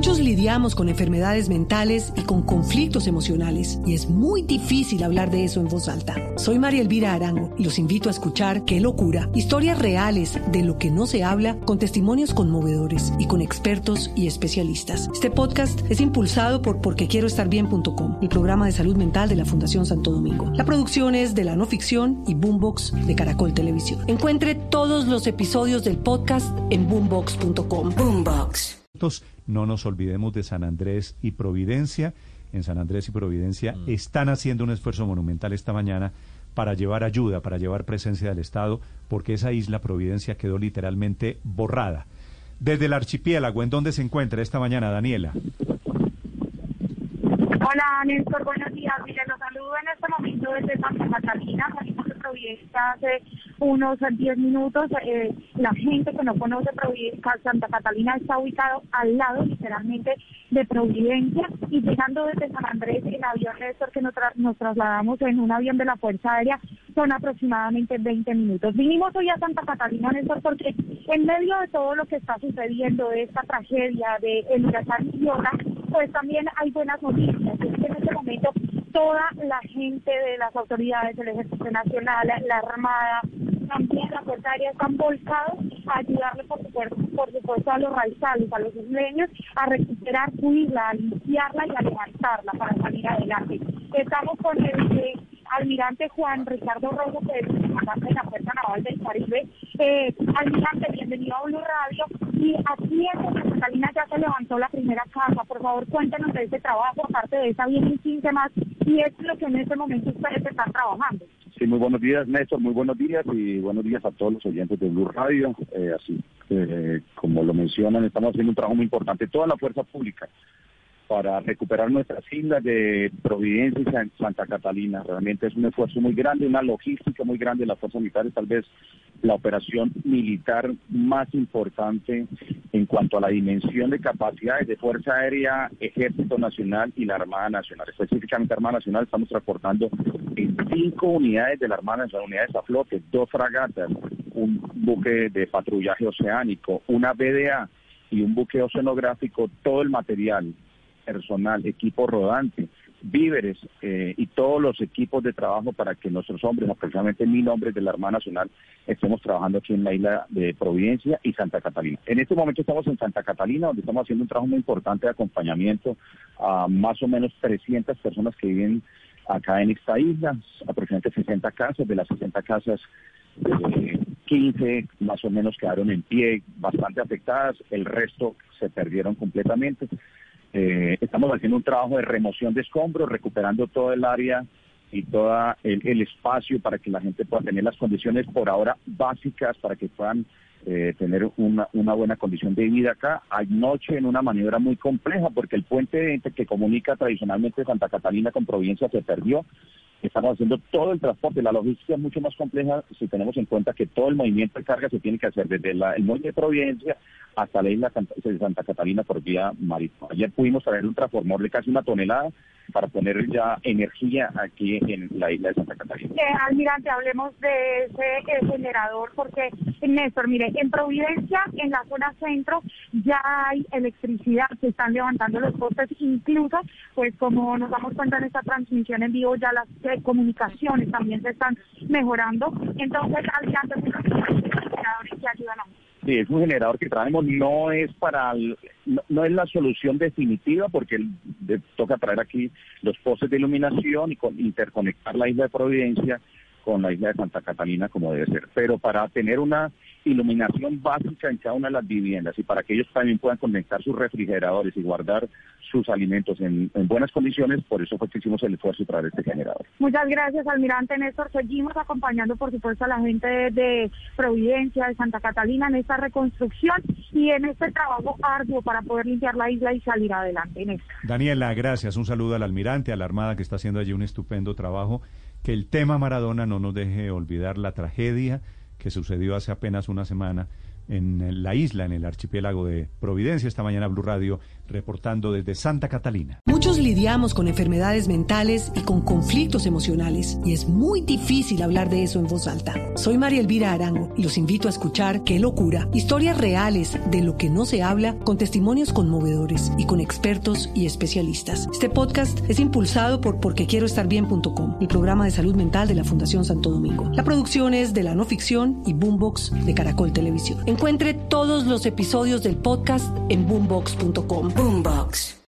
Muchos lidiamos con enfermedades mentales y con conflictos emocionales, y es muy difícil hablar de eso en voz alta. Soy María Elvira Arango y los invito a escuchar Qué Locura, historias reales de lo que no se habla, con testimonios conmovedores y con expertos y especialistas. Este podcast es impulsado por porquequieroestarbien.com, el programa de salud mental de la Fundación Santo Domingo. La producción es de La No Ficción y Boombox de Caracol Televisión. Encuentre todos los episodios del podcast en boombox.com. Boombox. No nos olvidemos de San Andrés y Providencia. En San Andrés y Providencia están haciendo un esfuerzo monumental esta mañana para llevar ayuda, para llevar presencia del Estado, porque esa isla Providencia quedó literalmente borrada. Desde el archipiélago, ¿en dónde se encuentra esta mañana, Daniela? Hola, Néstor, buenos días. Mire, los saludo en este momento desde Santa Catalina, salimos de Providencia hace unos 10 minutos. La gente que no conoce Providencia, Santa Catalina está ubicado al lado, literalmente, de Providencia, y llegando desde San Andrés en avión, Néstor, que nos trasladamos en un avión de la Fuerza Aérea, son aproximadamente 20 minutos. Vinimos hoy a Santa Catalina, Néstor, porque en medio de todo lo que está sucediendo, de esta tragedia del huracán Fiona, pues también hay buenas noticias. Es que en este momento toda la gente de las autoridades, el Ejército Nacional, la Armada, también la Fuerza Aérea, están volcados a ayudarle, por supuesto, a los raizales, a los isleños, a recuperar su isla, a limpiarla y a levantarla para salir adelante. Estamos con el almirante Juan Ricardo Rojo, que es el comandante de la Fuerza Naval del Caribe. Almirante, bienvenido a Blue Radio. Y aquí en Santa Catalina ya se levantó la primera casa. Por favor, cuéntenos de este trabajo, aparte de esa bien y 15 más, y es lo que en este momento ustedes están trabajando. Sí, muy buenos días, Néstor, muy buenos días, y buenos días a todos los oyentes de Blue Radio. Como lo mencionan, estamos haciendo un trabajo muy importante, toda la fuerza pública, para recuperar nuestras islas de Providencia y Santa Catalina. Realmente es un esfuerzo muy grande, una logística muy grande de las fuerzas militares, tal vez la operación militar más importante en cuanto a la dimensión de capacidades de Fuerza Aérea, Ejército Nacional y la Armada Nacional. Específicamente Armada Nacional, estamos transportando en 5 unidades de la Armada Nacional, unidades a flote, 2 fragatas, un buque de patrullaje oceánico, una BDA y un buque oceanográfico, todo el material personal, equipo rodante, víveres y todos los equipos de trabajo para que nuestros hombres, aproximadamente 1.000 hombres de la Armada Nacional, estemos trabajando aquí en la isla de Providencia y Santa Catalina. En este momento estamos en Santa Catalina, donde estamos haciendo un trabajo muy importante de acompañamiento a más o menos 300 personas que viven acá en esta isla, aproximadamente 60 casas. De las 60 casas, 15 más o menos quedaron en pie, bastante afectadas, el resto se perdieron completamente. Estamos haciendo un trabajo de remoción de escombros, recuperando todo el área y todo el espacio para que la gente pueda tener las condiciones por ahora básicas para que puedan tener una buena condición de vida acá. Anoche, en una maniobra muy compleja, porque el puente que comunica tradicionalmente Santa Catalina con Providencia se perdió. Estamos haciendo todo el transporte, la logística es mucho más compleja si tenemos en cuenta que todo el movimiento de carga se tiene que hacer desde el muelle de Providencia hasta la isla de Santa Catalina por vía marítima. Ayer pudimos traer un transformador de casi 1 tonelada para poner ya energía aquí en la isla de Santa Catalina. Almirante, hablemos de ese generador, porque, Néstor, mire, en Providencia, en la zona centro, ya hay electricidad, se están levantando los postes, incluso, pues como nos damos cuenta en esta transmisión en vivo, ya las comunicaciones también se están mejorando. Entonces, Almirante, ¿qué generadores que ayudan a nosotros? Sí, es un generador que traemos, no es la solución definitiva, porque toca traer aquí los postes de iluminación y interconectar la isla de Providencia con la isla de Santa Catalina como debe ser, pero para tener una iluminación básica en cada una de las viviendas y para que ellos también puedan conectar sus refrigeradores y guardar sus alimentos en buenas condiciones, por eso fue que hicimos el esfuerzo de traer este generador. Muchas gracias, almirante Néstor. Seguimos acompañando, por supuesto, a la gente de Providencia, de Santa Catalina, en esta reconstrucción y en este trabajo arduo para poder limpiar la isla y salir adelante, Néstor. Daniela, gracias. Un saludo al almirante, a la Armada, que está haciendo allí un estupendo trabajo. Que el tema Maradona no nos deje olvidar la tragedia que sucedió hace apenas una semana en la isla, en el archipiélago de Providencia. Esta mañana Blue Radio reportando desde Santa Catalina. Muchos lidiamos con enfermedades mentales y con conflictos emocionales y es muy difícil hablar de eso en voz alta. Soy María Elvira Arango y los invito a escuchar Qué locura, historias reales de lo que no se habla con testimonios conmovedores y con expertos y especialistas. Este podcast es impulsado por porquequieroestarbien.com, el programa de salud mental de la Fundación Santo Domingo. La producción es de La No Ficción y Boombox de Caracol Televisión. Encuentre todos los episodios del podcast en boombox.com. Boombox.